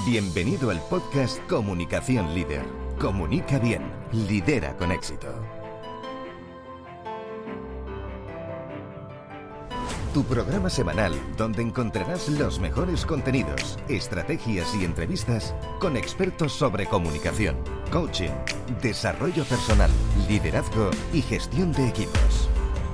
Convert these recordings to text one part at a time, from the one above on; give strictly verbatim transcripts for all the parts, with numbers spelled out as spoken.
Bienvenido al podcast Comunicación Líder. Comunica bien, lidera con éxito. Tu programa semanal donde encontrarás los mejores contenidos, estrategias y entrevistas con expertos sobre comunicación, coaching, desarrollo personal, liderazgo y gestión de equipos.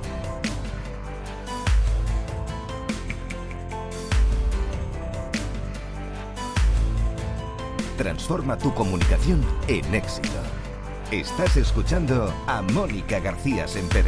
Transforma tu comunicación en éxito. Estás escuchando a Mónica García Sempere.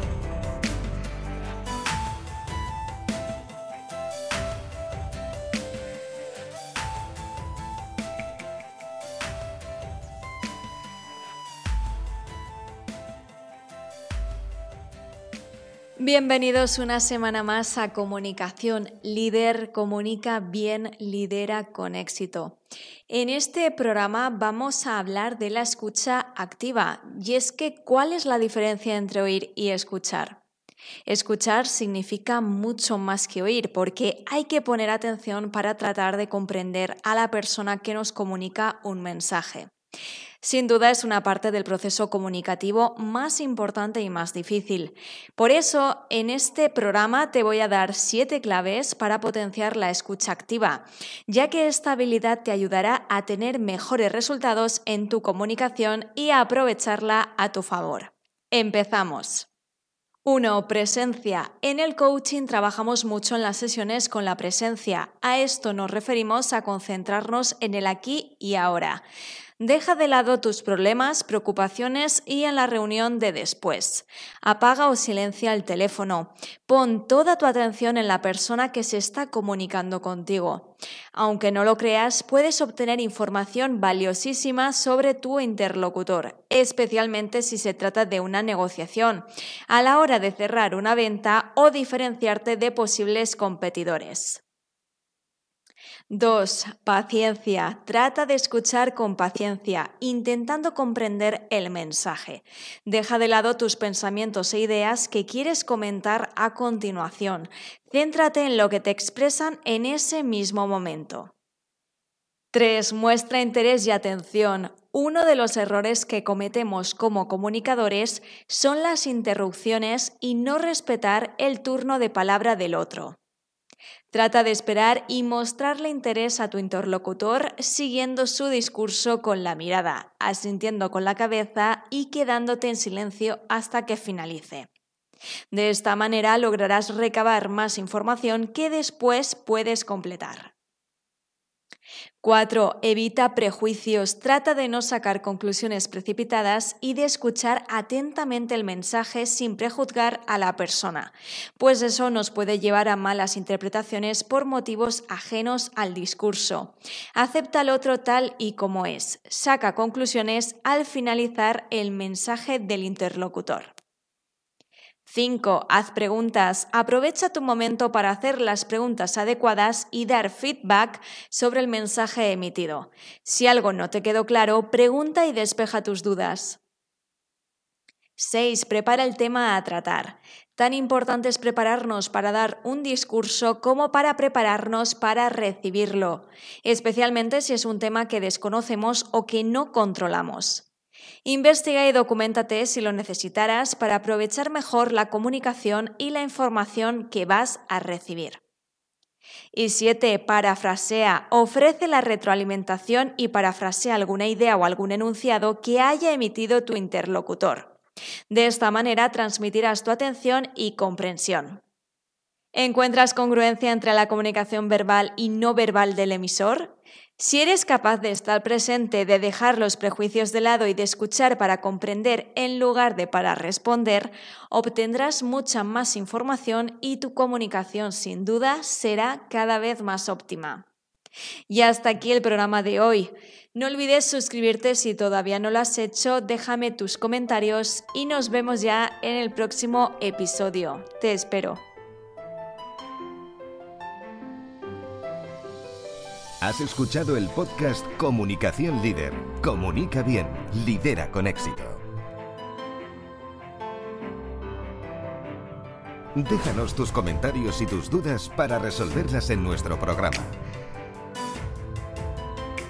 Bienvenidos una semana más a Comunicación Líder. Comunica bien, lidera con éxito. En este programa vamos a hablar de la escucha activa. Y es que, ¿cuál es la diferencia entre oír y escuchar? Escuchar significa mucho más que oír, porque hay que poner atención para tratar de comprender a la persona que nos comunica un mensaje. Sin duda es una parte del proceso comunicativo más importante y más difícil. Por eso, en este programa te voy a dar siete claves para potenciar la escucha activa, ya que esta habilidad te ayudará a tener mejores resultados en tu comunicación y a aprovecharla a tu favor. Empezamos. uno. Presencia. En el coaching trabajamos mucho en las sesiones con la presencia. A esto nos referimos a concentrarnos en el aquí y ahora. Deja de lado tus problemas, preocupaciones y en la reunión de después. Apaga o silencia el teléfono. Pon toda tu atención en la persona que se está comunicando contigo. Aunque no lo creas, puedes obtener información valiosísima sobre tu interlocutor, especialmente si se trata de una negociación, a la hora de cerrar una venta o diferenciarte de posibles competidores. dos. Paciencia. Trata de escuchar con paciencia, intentando comprender el mensaje. Deja de lado tus pensamientos e ideas que quieres comentar a continuación. Céntrate en lo que te expresan en ese mismo momento. tres. Muestra interés y atención. Uno de los errores que cometemos como comunicadores son las interrupciones y no respetar el turno de palabra del otro. Trata de esperar y mostrarle interés a tu interlocutor siguiendo su discurso con la mirada, asintiendo con la cabeza y quedándote en silencio hasta que finalice. De esta manera lograrás recabar más información que después puedes completar. cuatro. Evita prejuicios. Trata de no sacar conclusiones precipitadas y de escuchar atentamente el mensaje sin prejuzgar a la persona, pues eso nos puede llevar a malas interpretaciones por motivos ajenos al discurso. Acepta al otro tal y como es. Saca conclusiones al finalizar el mensaje del interlocutor. cinco. Haz preguntas. Aprovecha tu momento para hacer las preguntas adecuadas y dar feedback sobre el mensaje emitido. Si algo no te quedó claro, pregunta y despeja tus dudas. seis. Prepara el tema a tratar. Tan importante es prepararnos para dar un discurso como para prepararnos para recibirlo, especialmente si es un tema que desconocemos o que no controlamos. Investiga y documéntate si lo necesitaras para aprovechar mejor la comunicación y la información que vas a recibir. Y siete. Parafrasea. Ofrece la retroalimentación y parafrasea alguna idea o algún enunciado que haya emitido tu interlocutor. De esta manera transmitirás tu atención y comprensión. ¿Encuentras congruencia entre la comunicación verbal y no verbal del emisor? Si eres capaz de estar presente, de dejar los prejuicios de lado y de escuchar para comprender en lugar de para responder, obtendrás mucha más información y tu comunicación sin duda será cada vez más óptima. Y hasta aquí el programa de hoy. No olvides suscribirte si todavía no lo has hecho, déjame tus comentarios y nos vemos ya en el próximo episodio. Te espero. Has escuchado el podcast Comunicación Líder. Comunica bien, lidera con éxito. Déjanos tus comentarios y tus dudas para resolverlas en nuestro programa.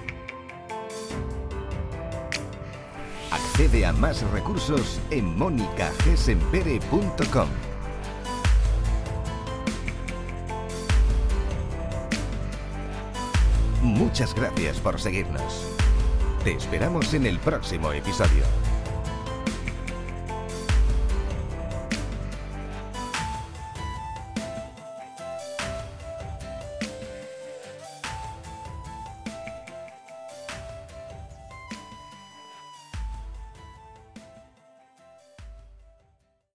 Accede a más recursos en mónica g sempere punto com. Muchas gracias por seguirnos. Te esperamos en el próximo episodio.